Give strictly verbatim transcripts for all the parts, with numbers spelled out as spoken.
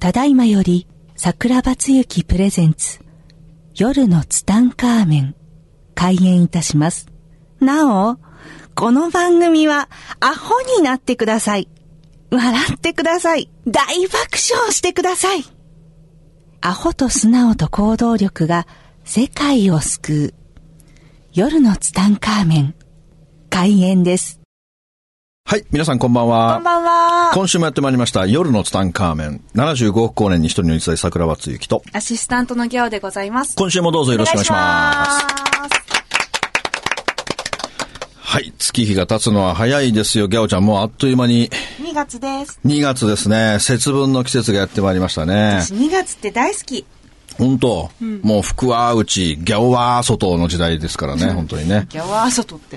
ただいまより桜庭つゆきプレゼンツ夜のツタンカーメン開演いたします。なお、この番組はアホになってください。笑ってください。大爆笑してください。アホと素直と行動力が世界を救う夜のツタンカーメン開演です。 はい、皆さんこんばんは。 こんばんは。 今週もやってまいりました夜のツタンカーメン。ななじゅうごおく光年に一人の一代桜庭つゆきとアシスタントのギャオでございます。 今週もどうぞよろしくお願いします。はい、月日が経つのは早いですよ。ギャオちゃん、もうあっという間ににがつです。 にがつですね。節分の季節がやってまいりましたね。 私にがつって大好き。 本当、うん、もう福は内、ギャオは外の時代ですからね、本当にね。 ギャオは外って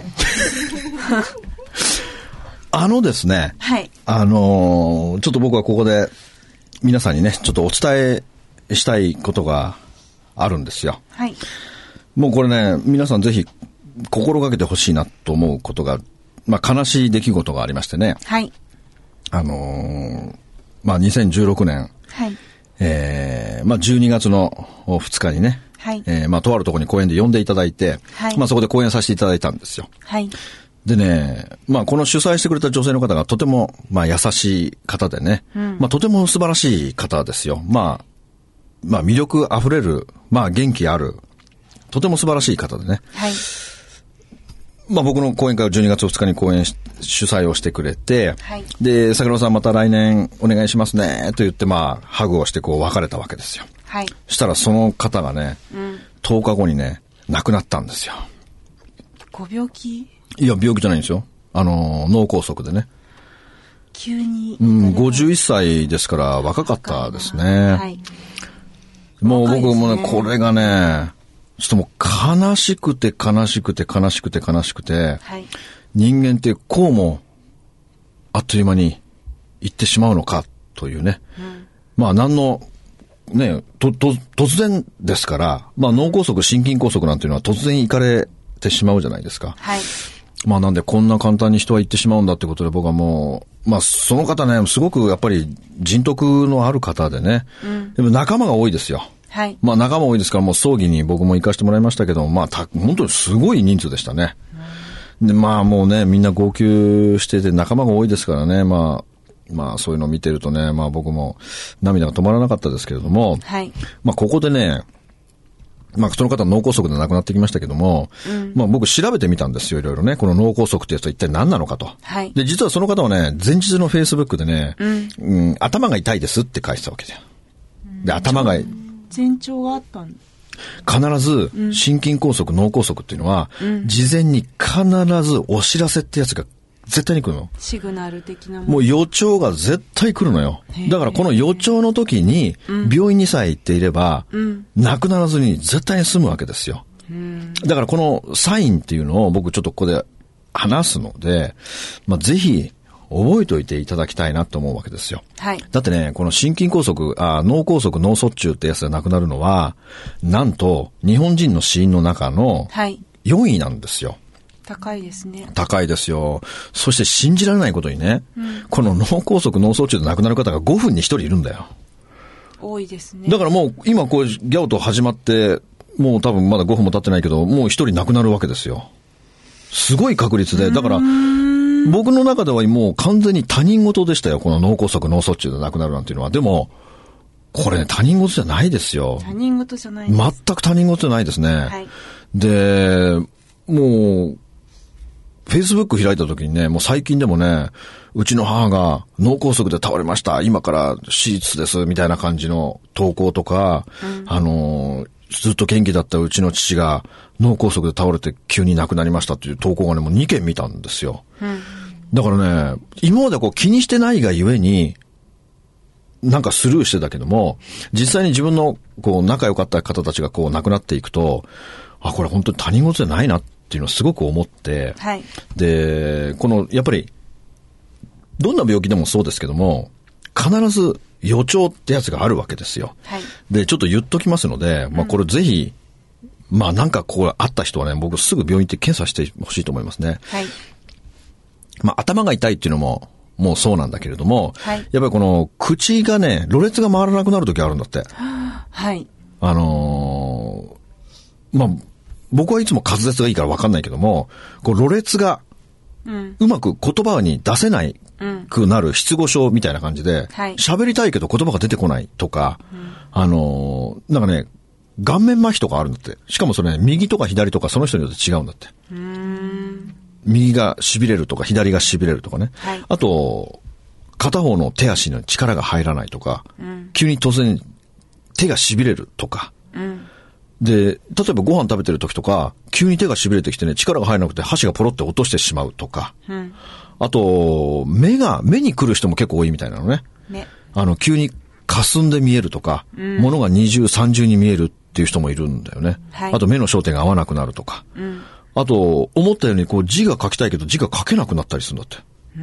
あのですね、 はい、 あのー、ちょっと僕はここで皆さんにね、ちょっとお伝えしたいことがあるんですよ。 はい。もうこれね、皆さんぜひ心がけてほしいなと思うことが、まあ悲しい出来事がありましてね。 はい。 あのー、まあにせんじゅうろくねん、 はい。 えー、まあじゅうにがつのふつかにね、 はい。 えー、まあとあるところに講演で呼んでいただいて、 はい。 まあそこで講演させていただいたんですよ。 はい。 でね、まあこの主催してくれた女性の方がとてもまあ優しい方でね、うん、まあとても素晴らしい方ですよ。まあ、まあ魅力あふれる、まあ元気ある、とても素晴らしい方でね。 はい。 まあ僕の講演会をじゅうにがつふつかに講演し、主催をしてくれて、 はい。 で、桜庭さんまた来年お願いしますね、と言ってまあハグをしてこう別れたわけですよ。 はい。 したらその方がね、うん、とおかごにね、亡くなったんですよ。 ご病気？ いや、病気じゃないんですよ。あの、脳梗塞でね。 急に。 うん、ごじゅういっさいですから若かったですね。はい。もう僕もね、これがね、ちょっともう悲しくて悲しくて悲しくて悲しくて、はい、人間ってこうもあっという間に行ってしまうのかというね。うん、まあ何の、ね、と、と、突然ですから、まあ脳梗塞、心筋梗塞なんていうのは突然行かれてしまうじゃないですか。 はい。 まあなんでこんな簡単に人は行ってしまうんだってことで僕はもう、まあその方ね、すごくやっぱり人徳のある方でね、うん、でも仲間が多いですよ。 はい。 まあ仲間多いですからもう葬儀に僕も行かせてもらいましたけど、まあた本当にすごい人数でしたね。うん、でまあもうね、みんな号泣してて仲間が多いですからね、まあ、まあそういうのを見てるとね、まあ僕も涙が止まらなかったですけれども、 はい。 まあここでね、まあ、その方脳梗塞で亡くなってきましたけども、うん、まあ僕調べてみたんですよ、いろいろね。この脳梗塞ってやつは一体何なのかと。 はい。 で、実はその方はね、前日のフェイスブックでね、うんうん、頭が痛いですって返したわけだよ。で、頭が、 前兆があったん必ず、心筋梗塞、脳梗塞っていうのは、うん、事前に必ずお知らせってやつが絶対に来るの。 シグナル的なもの。 もう予兆が絶対来るのよ。だからこの予兆の時に病院にさえ行っていれば、うん、亡くならずに絶対に済むわけですよ。うん、だからこのサインっていうのを僕ちょっとここで話すので、まあ、ぜひ覚えておいていただきたいなと思うわけですよ。 はい。 だってね、この心筋梗塞、あ脳梗塞、脳卒中ってやつが亡くなるのは、なんと日本人の死因の中のよんいなんですよ。はい、 高いですね。 高いですよ。そして信じられないことにね、うん、この脳梗塞、脳卒中で亡くなる方がごふんにひとりいるんだよ。 多いですね。 だからもう今こうギャオと始まって、もう多分まだごふんも経ってないけど、もうひとり亡くなるわけですよ。すごい確率で。だから、僕の中ではもう完全に他人事でしたよ。この脳梗塞、脳卒中で亡くなるなんていうのは。でも、これね、他人事じゃないですよ。 他人事じゃないです。 全く他人事じゃないですね。 はい。 で、もう、Facebook 開いた時にね、もう最近でもね、うちの母が脳梗塞で倒れました。今から手術です。みたいな感じの投稿とか、うん、あの、ずっと元気だったうちの父が脳梗塞で倒れて急に亡くなりましたっていう投稿がね、もうにけん見たんですよ。うん、だからね、今までこう気にしてないがゆえに、なんかスルーしてたけども、実際に自分のこう仲良かった方たちがこう亡くなっていくと、あ、これ本当に他人事じゃないなっていうのをすごく思って、 はい、 で、このやっぱりどんな病気でもそうですけども、必ず予兆ってやつがあるわけですよ。 はい、 で、ちょっと言っときますので、まあこれぜひ、うん、まあなんかこうあった人はね、僕すぐ病院行って検査してほしいと思いますね。 はい、 まあ頭が痛いっていうのももそうなんだけれども、 はい、 やっぱりこの口がね、ろれつが回らなくなる時あるんだって。 はい。 あのー、まあ、僕はいつも滑舌がいいから分かんないけども、こう、ろれつが、うん、うまく言葉に出せないくなる失語症みたいな感じで、喋、はい、りたいけど言葉が出てこないとか、うん、あのー、なんかね、顔面麻痺とかあるんだって。しかもそれね、右とか左とかその人によって違うんだって。うーん、右が痺れるとか左が痺れるとかね。はい、あと、片方の手足に力が入らないとか、うん、急に突然手が痺れるとか、うん、で、例えばご飯食べてる時とか、急に手が痺れてきてね、力が入らなくて箸がポロって落としてしまうとか、うん、あと、目が、目に来る人も結構多いみたいなのね。ね、あの、急に霞んで見えるとか、うん、物が二重三重に見えるっていう人もいるんだよね。はい、あと目の焦点が合わなくなるとか。うん、あと、思ったようにこう字が書きたいけど字が書けなくなったりするんだって。うん、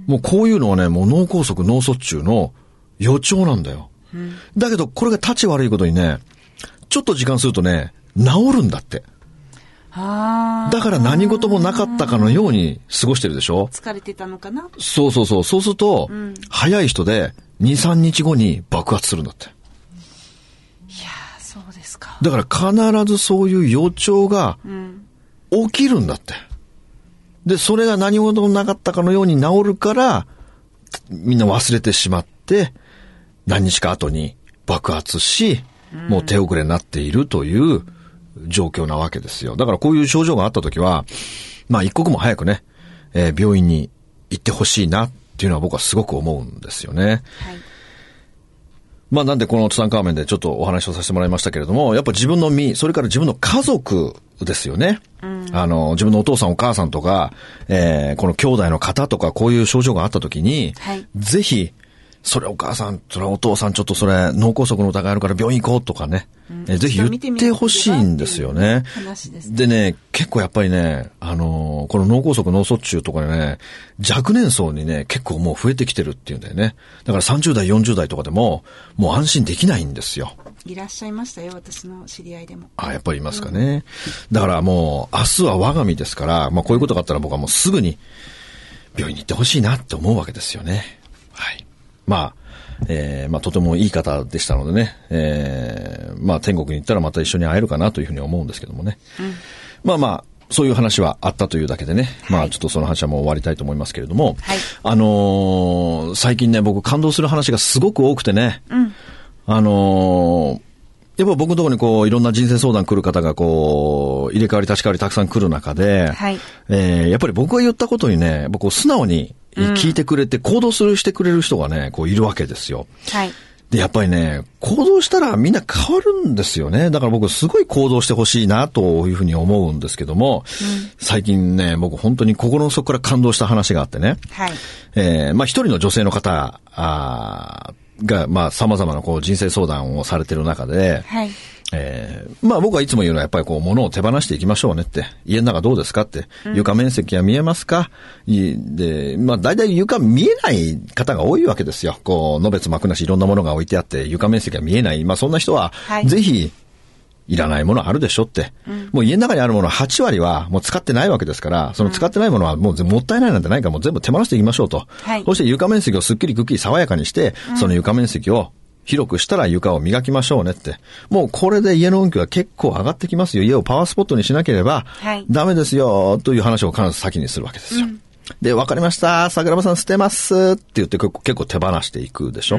もうこういうのはね、もう脳梗塞、脳卒中の予兆なんだよ。うん、だけどこれが立ち悪いことにね、ちょっと時間するとね、治るんだって。あ、だから何事もなかったかのように過ごしてるでしょ。 疲れてたのかな。 そうそうそう。そうすると、うん、早い人でに、さんにちごに爆発するんだって。 いやー、そうですか。 だから必ずそういう予兆が起きるんだって。で、それが何事もなかったかのように治るから、みんな忘れてしまって、何日か後に爆発し、もう手遅れになっているという状況なわけですよ。だからこういう症状があったときは、まあ一刻も早くね、えー、病院に行ってほしいなっていうのは僕はすごく思うんですよね。はい、まあなんでこのツタンカーメンでちょっとお話をさせてもらいましたけれども、やっぱ自分の身、それから自分の家族ですよね。うん、あの、自分のお父さんお母さんとか、えー、この兄弟の方とかこういう症状があったときに、はい、ぜひ、それお母さん、それお父さんちょっとそれ脳梗塞の疑いあるから病院行こうとかね、うん、えぜひ言ってほしいんですよね。話ですね。でね、結構やっぱりね、あのー、この脳梗塞脳卒中とかでね、若年層にね、結構もう増えてきてるっていうんだよね。だからさんじゅう代、よんじゅう代とかでも、もう安心できないんですよ。 いらっしゃいましたよ、私の知り合いでも。 あ、やっぱりいますかね。うん、だからもう、明日は我が身ですから、まあこういうことがあったら僕はもうすぐに病院に行ってほしいなって思うわけですよね。はい。まあ、えー、まあとてもいい方でしたのでね、えー、まあ天国に行ったらまた一緒に会えるかなというふうに思うんですけどもね。うん、まあまあ、そういう話はあったというだけでね、はい、まあちょっとその話はもう終わりたいと思いますけれども、はい、あのー、最近ね、僕感動する話がすごく多くてね、うん、あのー、やっぱ僕のところにこういろんな人生相談来る方がこう入れ替わり立ち替わりたくさん来る中で、はい、えー、やっぱり僕が言ったことにね、僕を素直に聞いてくれて行動するしてくれる人がね、こういるわけですよ。はい。で、やっぱりね、行動したらみんな変わるんですよね。だから僕すごい行動してほしいなというふうに思うんですけども、うん、最近ね、僕本当に心の底から感動した話があってね。はい。えー、まあ一人の女性の方、あが、まあ様々なこう人生相談をされている中で、はい。えー、まあ僕はいつも言うのはやっぱりこう物を手放していきましょうねって。家の中どうですかって。床面積は見えますか、うん、で、まあ大体床見えない方が多いわけですよ。こう、のべつ幕なしいろんなものが置いてあって床面積は見えない。まあそんな人は、ぜひ、いらないものあるでしょって、うん。もう家の中にあるものはち割はもう使ってないわけですから、その使ってないものはもうもったいないなんてないからもう全部手放していきましょうと。はい、そして床面積をすっきりくっきり爽やかにして、うん、その床面積を広くしたら床を磨きましょうねって。もうこれで家の運気は結構上がってきますよ。家をパワースポットにしなければダメですよという話を必ず先にするわけですよ。うん、で、わかりました。桜庭さん捨てますって言って結構手放していくでしょ。うん、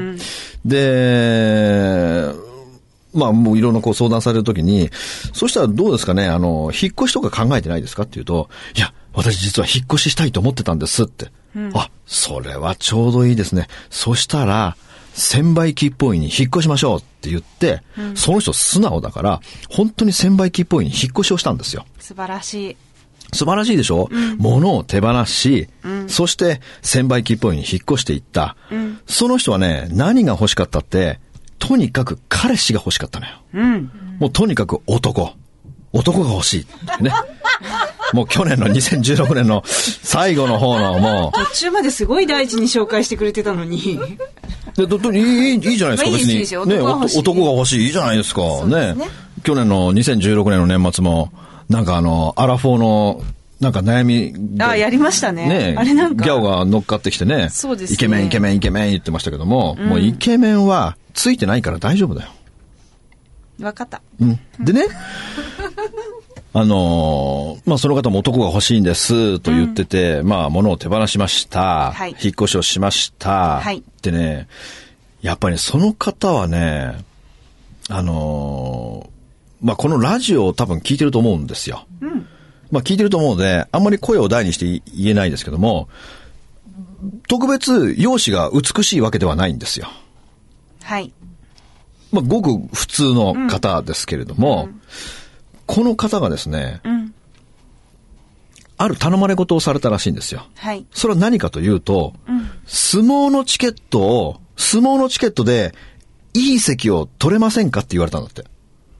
で、まあもういろんなこう相談されるときに、そしたらどうですかね、あの、引っ越しとか考えてないですかって言うと、いや、私実は引っ越ししたいと思ってたんですって。うん、あ、それはちょうどいいですね。そしたら、専売機っぽいに引っ越しましょうって言って、うん、その人素直だから、本当に専売機っぽいに引っ越しをしたんですよ。 素晴らしい。 素晴らしいでしょ、うん、物を手放し、うん、そして専売機っぽいに引っ越していった、うん。その人はね、何が欲しかったって、とにかく彼氏が欲しかったのよ。うん、もうとにかく男。男が欲しい。ね。もう去年のにせんじゅうろくねんの最後の方のもう。 途中まですごい大事に紹介してくれてたのに。 でどどいい、いいじゃないですか、別に。ね、男が欲しい。いいじゃないですか。ね。ね。去年のにせんじゅうろくねんの年末も、なんかあの、アラフォーのなんか悩み。 あ、やりましたね。 ねあれなんか。 ギャオが乗っかってきてね。 そうですね。 イケメンイケメンイケメン言ってましたけども、うん、もうイケメンはついてないから大丈夫だよ。 わかった。 うん。でね、あのー、まあ、その方も男が欲しいんですと言ってて、うん、まあ、物を手放しました。はい、引っ越しをしました。はい。ってね、やっぱり、ね、その方はね、あのー、まあ、このラジオを多分聞いてると思うんですよ。うん。まあ、聞いてると思うので、あんまり声を大にして言えないですけども、特別容姿が美しいわけではないんですよ。 はい。 まあ、ごく普通の方ですけれども、うん、この方がですね、うん、ある頼まれ事をされたらしいんですよ。はい。それは何かというと、うん、相撲のチケットを、相撲のチケットでいい席を取れませんかって言われたんだって。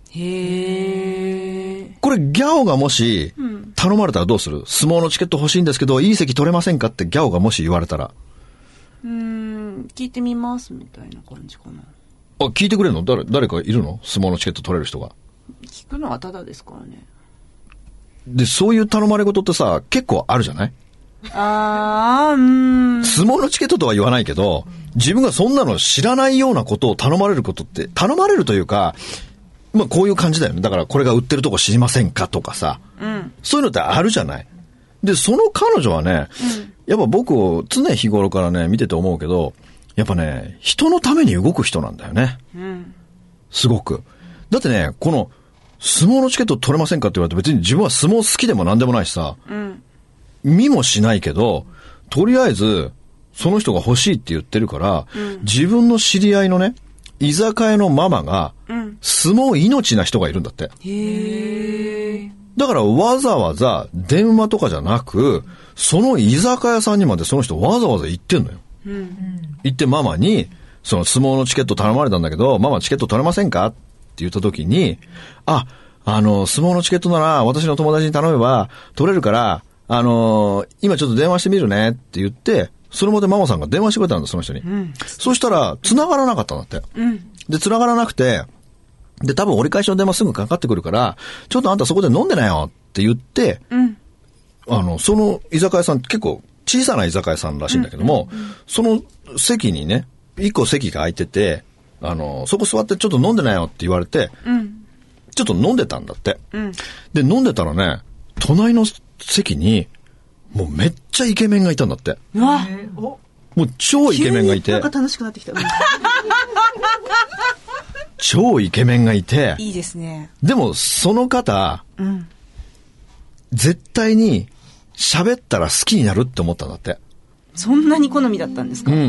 へー。 これギャオがもし頼まれたらどうする？相撲のチケット欲しいんですけどいい席取れませんかってギャオがもし言われたら。 うーん、聞いてみますみたいな感じかな。 あ、聞いてくれるの？誰、誰かいるの？相撲のチケット取れる人が。 聞くのはタダですからね。 で、そういう頼まれ事ってさ、結構あるじゃない？ あー、うーん。 相撲のチケットとは言わないけど、自分がそんなの知らないようなことを頼まれることって、頼まれるというか、まあこういう感じだよね。だからこれが売ってるとこ知りませんかとかさ、うん、そういうのってあるじゃない。で、その彼女はね、うん、やっぱ僕を常日頃からね、見てて思うけど、やっぱね、人のために動く人なんだよね。うん、すごく。だってね、この、相撲のチケット取れませんかって言われて別に自分は相撲好きでも何でもないしさ、うん、見もしないけど、とりあえず、その人が欲しいって言ってるから、うん、自分の知り合いのね、居酒屋のママが、うん、相撲命な人がいるんだって。 へー。 だからわざわざ電話とかじゃなく、その居酒屋さんにまでその人わざわざ行ってんのよ。うん、行ってママに、その相撲のチケット頼まれたんだけど、ママチケット取れませんかって言った時に、あ、あの、相撲のチケットなら私の友達に頼めば取れるから、あのー、今ちょっと電話してみるねって言って、その場でママさんが電話してくれたんだ、その人に。うん、そしたら、繋がらなかったんだって。うん、で、繋がらなくて、で、多分折り返しの電話すぐかかってくるから、ちょっとあんたそこで飲んでなよって言って、うん、あの、その居酒屋さん結構小さな居酒屋さんらしいんだけども、うんうんうん、その席にね、一個席が空いてて、あの、そこ座ってちょっと飲んでなよって言われて、うん、ちょっと飲んでたんだって、うん。で、飲んでたらね、隣の席に、もうめっちゃイケメンがいたんだって。 うわ、 もう超イケメンがいて。 なんか楽しくなってきた。うん、 超イケメンがいて。 いいですね。 でもその方、うん、絶対に喋ったら好きになるって思ったんだって。 そんなに好みだったんですか？ うん。うん、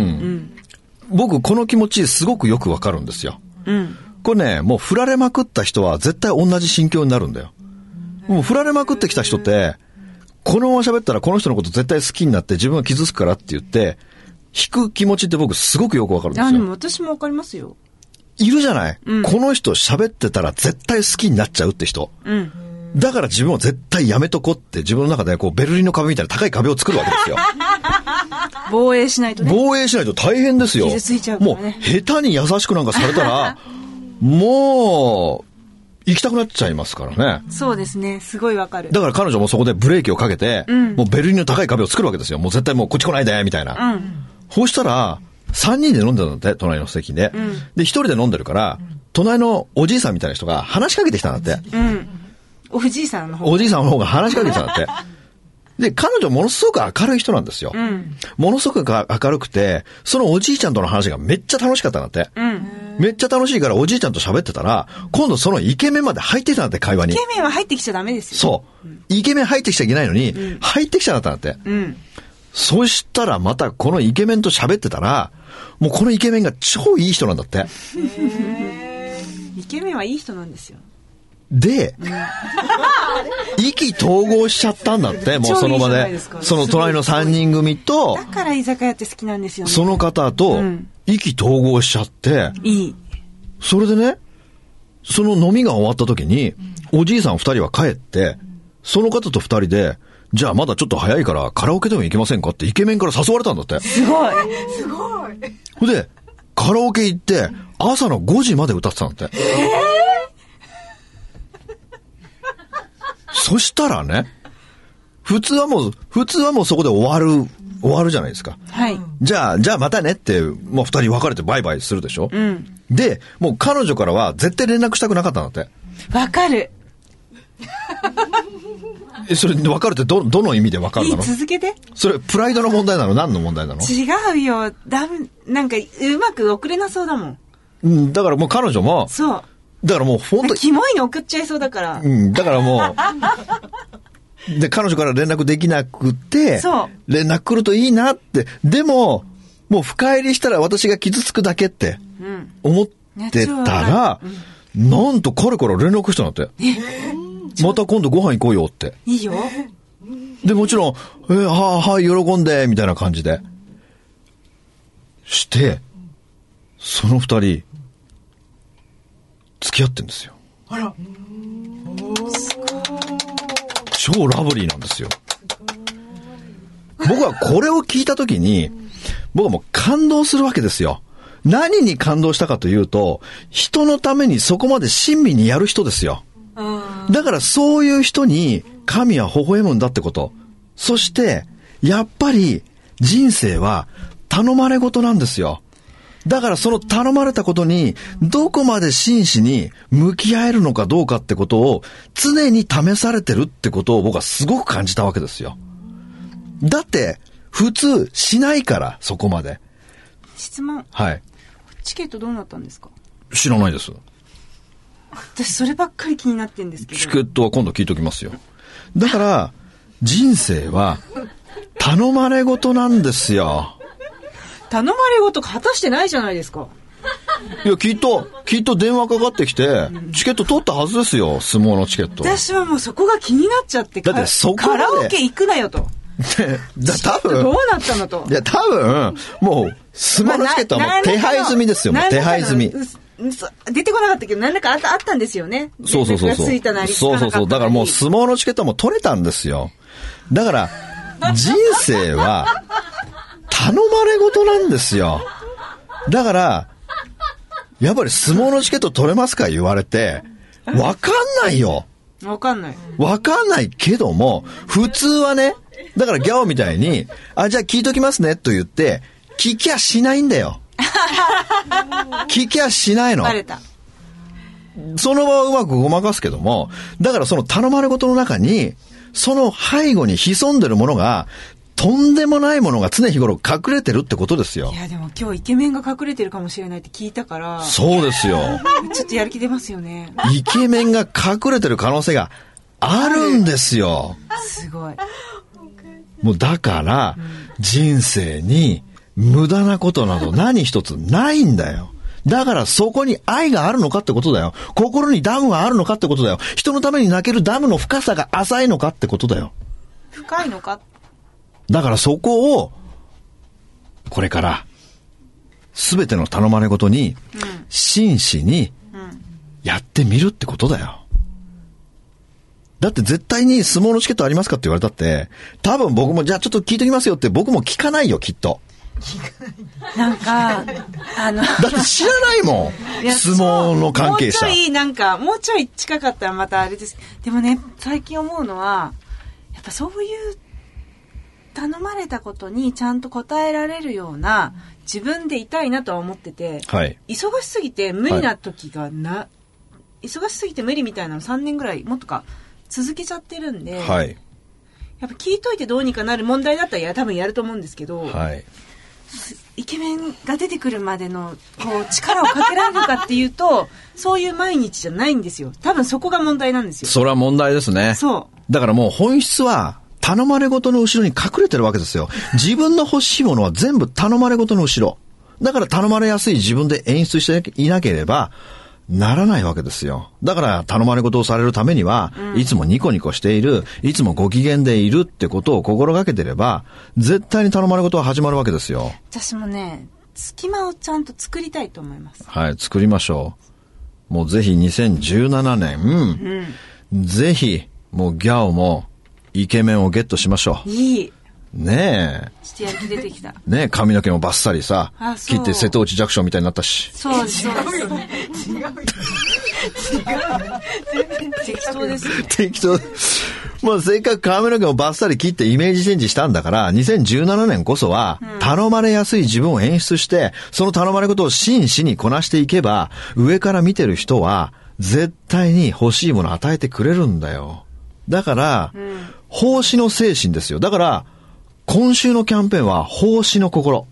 僕この気持ちすごくよくわかるんですよ。うん。これね、もう振られまくった人は絶対同じ心境になるんだよ。もう振られまくってきた人って、このまま喋ったらこの人のこと絶対好きになって自分が傷つくからって言って、引く気持ちって僕すごくよくわかるんですよ。 あ、でも私もわかりますよ。 いるじゃない、うん、この人喋ってたら絶対好きになっちゃうって人。うん。だから自分は絶対やめとこって自分の中でこうベルリンの壁みたいな高い壁を作るわけですよ。 防衛しないとね。 防衛しないと大変ですよ。 傷ついちゃうからね。 もう下手に優しくなんかされたら、もう、行きたくなっちゃいますからね。 そうですね。すごいわかる。 だから彼女もそこでブレーキをかけて、うん、もうベルリンの高い壁を作るわけですよ。もう絶対もうこっち来ないで、みたいな。うん。そうしたら、さんにんで飲んでたんだって、隣の席で。うん、で、ひとりで飲んでるから、うん、隣のおじいさんみたいな人が話しかけてきたんだって。うん。 おじいさんの方おじいさんの方が話しかけてきたんだって。で、彼女ものすごく明るい人なんですよ。うん、ものすごく明るくて、そのおじいちゃんとの話がめっちゃ楽しかったんだって。うん、めっちゃ楽しいからおじいちゃんと喋ってたら、今度そのイケメンまで入ってきたんだって、会話に。 イケメンは入ってきちゃダメですよ。 そう。うん、イケメン入ってきちゃいけないのに、うん、入ってきちゃったんだって。うん、そしたらまたこのイケメンと喋ってたら、もうこのイケメンが超いい人なんだって。へー。イケメンはいい人なんですよ。 で、うん、意気投合しちゃったんだって、もうその場で。その隣のさんにん組と、 だから居酒屋って好きなんですよね。 その方と、意気投合しちゃって、 うん、いい。 それでね、その飲みが終わった時に、うん、おじいさん二人は帰って、その方と二人で、じゃあまだちょっと早いからカラオケでも行けませんかってイケメンから誘われたんだって。 すごい。すごい。 で、カラオケ行って、朝のごじまで歌ってたんだって。えーそしたらね、 普通はもう、普通はもうそこで終わる、終わるじゃないですか。 はい。 じゃあ、じゃあまたねって、もう二人別れてバイバイするでしょ。うん。で、もう彼女からは絶対連絡したくなかったんだって。 わかる。 え、それ別れてど、どの意味で別れたの？ いい、続けて。 それ、プライドの問題なの？何の問題なの？ 違うよ。だめ、なんか、うまく送れなそうだもん。 うん、だからもう彼女も。 そう。 だからもう本当に。 キモいの送っちゃいそうだから。 うん、だからもう。で、彼女から連絡できなくて。 そう。 連絡来るといいなって。でも、もう深入りしたら私が傷つくだけって。思ってたら、うん、なんと彼から連絡したんだって。えまた今度ご飯行こうよって。 いいよ。 で、もちろん、えー、はぁ、はい、喜んで、みたいな感じで。して、その二人、付き合ってんですよ。あら。超ラブリーなんですよ。僕はこれを聞いたときに、僕はもう感動するわけですよ。何に感動したかというと、人のためにそこまで親身にやる人ですよ。だからそういう人に神は微笑むんだってこと。そして、やっぱり人生は頼まれ事なんですよ。だからその頼まれたことにどこまで真摯に向き合えるのかどうかってことを常に試されてるってことを僕はすごく感じたわけですよ。だって普通しないからそこまで。 質問。 はい。 チケットどうなったんですか？ 知らないです。 私そればっかり気になってんですけど。 チケットは今度聞いときますよ。だから人生は頼まれ事なんですよ。 頼まれ事果たしてないじゃないですか。 いやきっときっと電話かかってきてチケット取ったはずですよ。相撲のチケット。 私はもうそこが気になっちゃって。 だってそこまでカラオケ行くなよと。 だ多分どうなったのと。 いや多分もう相撲のチケットはもう手配済みですよ。もう手配済み。 出てこなかったけど何らかあった、あったんですよね。 そうそうそうそう。 ついたなりそうそうそう。だからもう相撲のチケットはもう取れたんですよ。だから人生は頼まれ事なんですよ。だからやっぱり相撲のチケット取れますか言われてわかんないよ。 わかんない。 わかんないけども普通はね、だからギャオみたいにあじゃあ聞いときますねと言って聞きゃしないんだよ。聞きゃしないの。 バレた。 その場をうまくごまかすけども、だからその頼まれ事の中にその背後に潜んでるものがとんでもないものが常日頃隠れてるってことですよ。 いやでも今日イケメンが隠れてるかもしれないって聞いたから。 そうですよ。 ちょっとやる気出ますよね。 イケメンが隠れてる可能性があるんですよ。 すごい。 もうだから、うん、人生に無駄なことなど何一つないんだよ。だからそこに愛があるのかってことだよ。心にダムがあるのかってことだよ。人のために泣けるダムの深さが浅いのかってことだよ。 深いのか。 だからそこをこれから全ての頼まれ事に真摯にやってみるってことだよ。だって絶対に相撲のチケットありますかって言われたって多分僕もじゃあちょっと聞いてきますよって僕も聞かないよきっと。 なんかあのだって知らないもん相撲の関係者。 もうちょいなんかもうちょい近かったらまたあれです。でもね最近思うのはやっぱそういう頼まれたことにちゃんと答えられるような自分でいたいなとは思ってて、はい、忙しすぎて無理な時がな、はい、忙しすぎて無理みたいなのさんねんぐらいもっとか続けちゃってるんで、はい、やっぱ聞いといてどうにかなる問題だったらや多分やると思うんですけど、はい、イケメンが出てくるまでのこう力をかけられるかっていうとそういう毎日じゃないんですよ。多分そこが問題なんですよ。 それは問題ですね。 そうだからもう本質は頼まれ事の後ろに隠れてるわけですよ。自分の欲しいものは全部頼まれ事の後ろ。だから頼まれやすい自分で演出していなければならないわけですよ。だから頼まれ事をされるためには、うん、いつもニコニコしている、いつもご機嫌でいるってことを心がけてれば絶対に頼まれ事は始まるわけですよ。 私もね隙間をちゃんと作りたいと思います。 はい、作りましょう。もうぜひにせんじゅうななねん、うんうん、ぜひもうギャオもイケメンをゲットしましょう。いい。ねえ。 ちょっとやる気出てきた。 ねえ、髪の毛もバッサリさ、切って瀬戸内寂聴みたいになったし。 そうですそうです。違う。違う。全然適当ですね。 適当。 もうせっかく髪の毛をバッサリ切ってイメージチェンジしたんだから、にせんじゅうななねんこそは、頼まれやすい自分を演出して、その頼まれ事を真摯にこなしていけば、上から見てる人は、絶対に欲しいものを与えてくれるんだよ。だから、うん、奉仕の精神ですよ。だから、今週のキャンペーンは奉仕の心。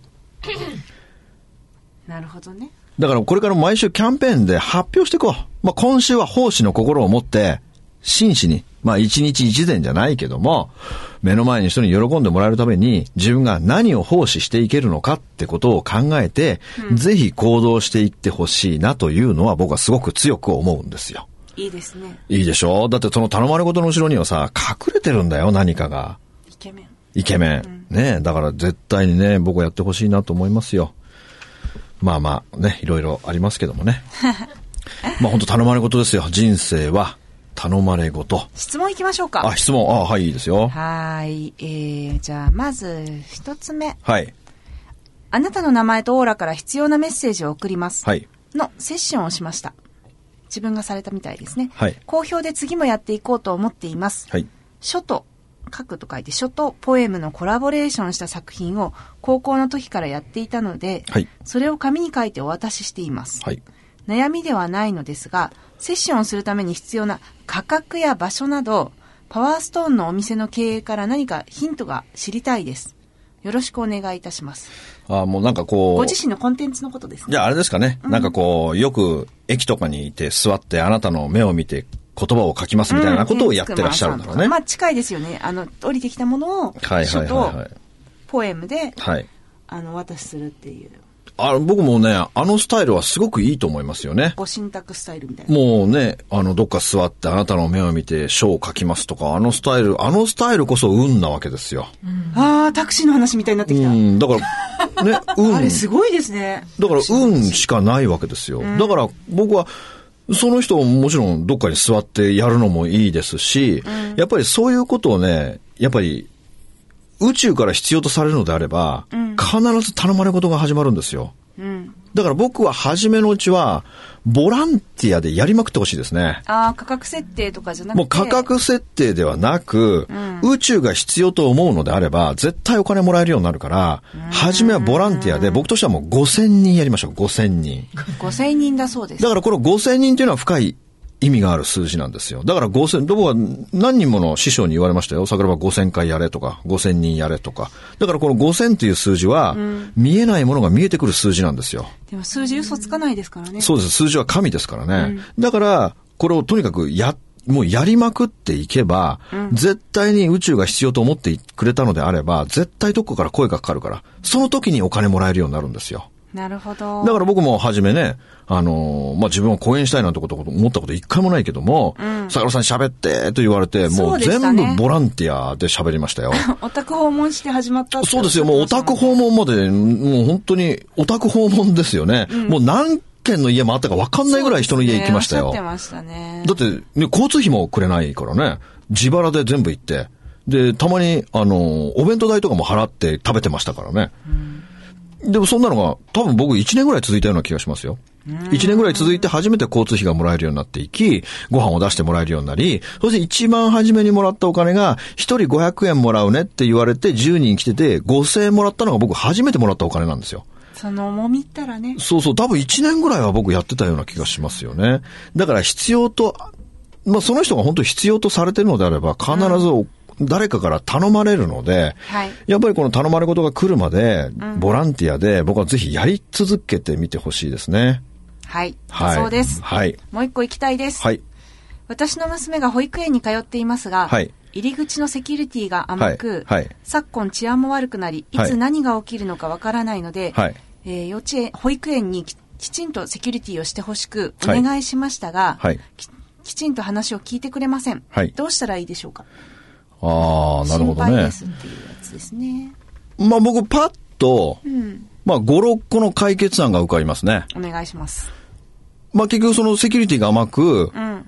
なるほどね。 だからこれから毎週キャンペーンで発表していこう。まあ、今週は奉仕の心を持って、真摯に、まあ一日一善じゃないけども、目の前に人に喜んでもらえるために、自分が何を奉仕していけるのかってことを考えて、うん、ぜひ行動していってほしいなというのは僕はすごく強く思うんですよ。 いいですね。 いいでしょ？だってその頼まれ事の後ろにはさ、隠れてるんだよ、何かが。 イケメン。 イケメン。うん、ね。だから絶対にね、僕はやってほしいなと思いますよ。まあまあね、いろいろありますけどもね。まあ本当頼まれ事ですよ。人生は頼まれ事。 質問いきましょうか。 あ、質問。あ、はい、いいですよ。 はい。えー、じゃあまず一つ目。 はい。 あなたの名前とオーラから必要なメッセージを送ります。 はい。 のセッションをしました。自分がされたみたいですね。 はい。 好評で次もやっていこうと思っています。 はい。 書と書くと書いて書とポエムのコラボレーションした作品を高校の時からやっていたので、 はい、 それを紙に書いてお渡ししています、 はい、 悩みではないのですが、セッションをするために必要な価格や場所など、パワーストーンのお店の経営から何かヒントが知りたいです。よろしくお願いいたします。 あ、もうなんかこう、 ご自身のコンテンツのことですね。 じゃああれですかね、うん、なんかこうよく駅とかにいて座ってあなたの目を見て言葉を書きますみたいなことをやってらっしゃるんだろうね。 うん、まあ近いですよね。あの降りてきたものを書とポエムで、 はい、 あの渡しするっていう。 あ、僕もね、あのスタイルはすごくいいと思いますよね。 ご神託スタイルみたいな。 もうね、あのどっか座ってあなたの目を見て書を書きますとか、あのスタイル、あのスタイルこそ運なわけですよ。 うん、ああ、タクシーの話みたいになってきた。 うん、だからね、運。 あれすごいですね。 だから運しかないわけですよ。うん、だから僕はその人ももちろんどっかに座ってやるのもいいですし、うん、やっぱりそういうことをね、やっぱり宇宙から必要とされるのであれば、うん、必ず頼まれ事が始まるんですよ。うん、だから僕は初めのうちはボランティアでやりまくってほしいですね。 ああ、価格設定とかじゃなくて。 もう価格設定ではなく、うん、宇宙が必要と思うのであれば絶対お金もらえるようになるから、初めはボランティアで僕としてはもうごせんにんやりましょう。ごせんにん。 ごせんにんだそうです。 だからこのごせんにんというのは深い意味がある数字なんですよ。だからごせん、僕は何人もの師匠に言われましたよ。桜庭ごせんかいやれとか、ごせんにんやれとか。だからこのごせんという数字は、うん、見えないものが見えてくる数字なんですよ。 でも数字嘘つかないですからね。 そうです。数字は神ですからね。うん、だから、これをとにかくや、もうやりまくっていけば、うん、絶対に宇宙が必要と思ってくれたのであれば、絶対どこから声がかかるから、その時にお金もらえるようになるんですよ。 なるほど。 だから僕も初めね、あのー、まあ、自分を講演したいなんてこと思ったこと一回もないけども、うん、桜さん喋ってと言われて、もう全部ボランティアで喋りましたよ。 お宅訪問して始まったって。 そうですよ。もうお宅訪問まで、もう本当にお宅訪問ですよね。うん、もう何軒の家もあったか分かんないぐらい人の家行きましたよ。 そうですね。おっしゃってましたね。 だって、ね、交通費もくれないからね、自腹で全部行って、で、たまに、あのー、お弁当代とかも払って食べてましたからね。うん、でもそんなのが多分僕いちねんぐらい続いたような気がしますよ。いちねんぐらい続いて初めて交通費がもらえるようになっていき、ご飯を出してもらえるようになり、そして一番初めにもらったお金が一人ごひゃくえんもらうねって言われてじゅうにん来ててごせんえんもらったのが僕初めてもらったお金なんですよ。 その重みったらね。 そうそう、多分いちねんぐらいは僕やってたような気がしますよね。だから必要と、まあその人が本当に必要とされてるのであれば必ず、うん、誰かから頼まれるので、はい、やっぱりこの頼まれ事が来るまで、うん、ボランティアで僕はぜひやり続けてみてほしいですね。 はい、はい、そうです。 はい。 もう一個行きたいです。 はい。 私の娘が保育園に通っていますが、はい、入り口のセキュリティが甘く、はいはい、昨今治安も悪くなり、いつ何が起きるのかわからないので、はい、えー、幼稚園、保育園に き, きちんとセキュリティをしてほしくお願いしましたが、はい、き, きちんと話を聞いてくれません。はい、どうしたらいいでしょうか。 ああ、なるほどね。 心配ですっていうやつですね。 まあ僕パッと、うん、まあご、ろっこの解決案が浮かびますね。 お願いします。 まあ結局そのセキュリティが甘く、うん、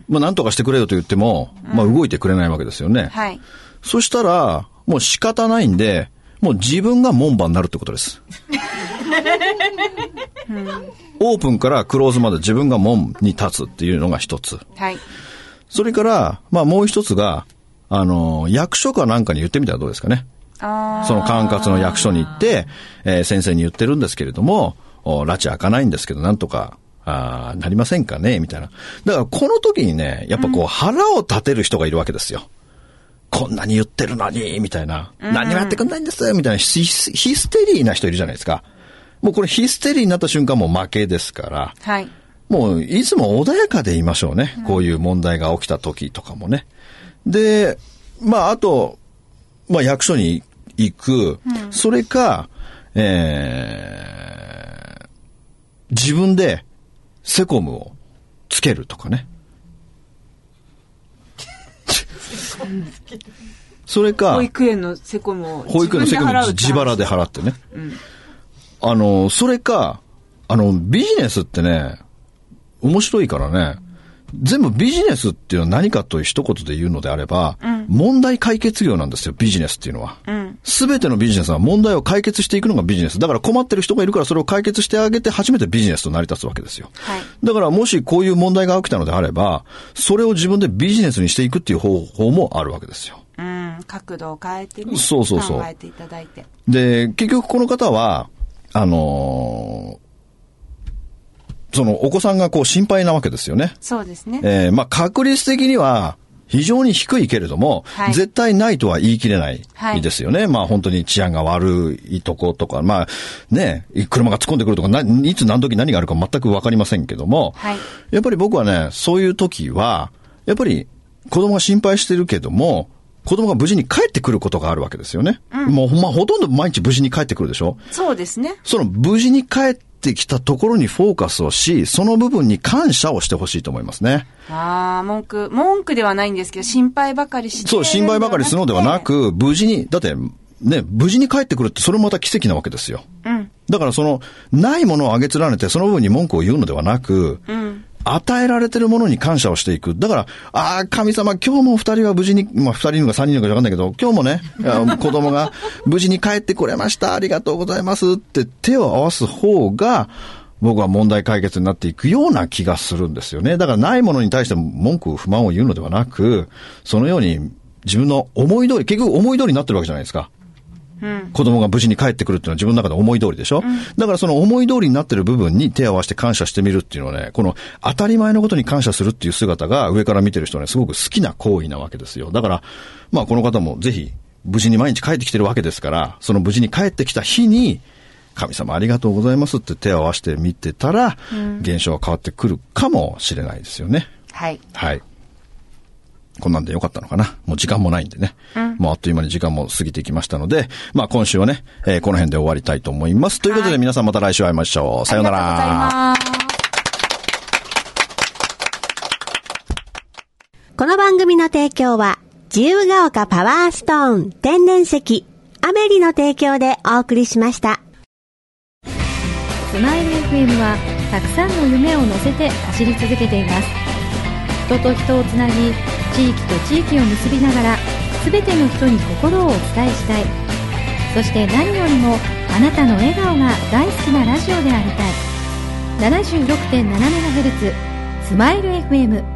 まあ何とかしてくれよと言っても、うん、まあ動いてくれないわけですよね。はい。そしたら、もう仕方ないんで、もう自分が門番になるってことです。うん、オープンからクローズまで自分が門に立つっていうのが一つ。はい。それから、まあもう一つが、 あの、役所かなんかに言ってみたらどうですかね。 あその管轄の役所に行って、えー、先生に言ってるんですけれども、拉致開かないんですけど、なんとか、あなりませんかねみたいな。だからこの時にね、やっぱこう腹を立てる人がいるわけですよ。こんなに言ってるのに、みたいな。何もやってくんないんですみたいなヒス、ヒステリーな人いるじゃないですか。もうこれヒステリーになった瞬間もう負けですから。 はい。 もういつも穏やかでいましょうね。こういう問題が起きた時とかもね。で、まああと、まあ役所に行く。うん、それか、えー、自分でセコムをつけるとかね。それか、 保育園のセコムを保育園のセコムを自腹で払ってね。うん、あの、それか、あの、ビジネスってね、面白いからね、全部ビジネスっていうのは何かという一言で言うのであれば、うん、問題解決業なんですよ、ビジネスっていうのは。すべ、うん、てのビジネスは問題を解決していくのがビジネス。だから困ってる人がいるからそれを解決してあげて初めてビジネスと成り立つわけですよ。はい、だからもしこういう問題が起きたのであれば、それを自分でビジネスにしていくっていう方法もあるわけですよ。 うん、角度を変えてね。 そうそうそう。 考えていただいて。 で、結局この方は、あのー、そのお子さんがこう心配なわけですよね。 そうですね。 えー、まあ確率的には非常に低いけれども、はい、絶対ないとは言い切れないですよね。はい、まあ本当に治安が悪いとことか、まあね、車が突っ込んでくるとか、ないつ何時何があるか全くわかりませんけども、はい、やっぱり僕はね、そういう時は、やっぱり子供が心配してるけども、子供が無事に帰ってくることがあるわけですよね。うん、もう、まあ、ほとんど毎日無事に帰ってくるでしょ。 そうですね。 その無事に帰ってきたところにフォーカスをし、その部分に感謝をしてほしいと思いますね。 ああ、文句、文句ではないんですけど、心配ばかりして。 そう、心配ばかりするのではなく、無事に、だって、ね、無事に帰ってくるってそれもまた奇跡なわけですよ。うん。だからその、ないものをあげつられて、その部分に文句を言うのではなく、うん。与えられてるものに感謝をしていく。だから、ああ、神様、今日も二人は無事に、まあ二人いるのか三人いるのかわかんないけど、今日もね、子供が無事に帰ってこれました。ありがとうございますって手を合わす方が、僕は問題解決になっていくような気がするんですよね。だからないものに対して文句、不満を言うのではなく、そのように自分の思い通り、結局思い通りになってるわけじゃないですか。うん、子供が無事に帰ってくるっていうのは自分の中で思い通りでしょ、うん、だからその思い通りになってる部分に手を合わせて感謝してみるっていうのはね、この当たり前のことに感謝するっていう姿が上から見てる人はね、すごく好きな行為なわけですよ。だから、まあこの方もぜひ無事に毎日帰ってきてるわけですから、その無事に帰ってきた日に、神様ありがとうございますって手を合わせてみてたら、うん、現象が変わってくるかもしれないですよね。 はい。 はい。こんなんでよかったのかな。もう時間もないんでね。うん、もうあっという間に時間も過ぎてきましたので、まあ今週はね、えー、この辺で終わりたいと思います。ということで皆さんまた来週会いましょう。さようなら。 ありがとうございます。 この番組の提供は、自由が丘パワーストーン天然石、アメリの提供でお送りしました。 スマイル エフエム は、たくさんの夢を乗せて走り続けています。人と人をつなぎ、地域と地域を結びながら全ての人に心をお伝えしたい。そして何よりもあなたの笑顔が大好きなラジオでありたい。 ななじゅうろくてんななメガヘルツ スマイル エフエム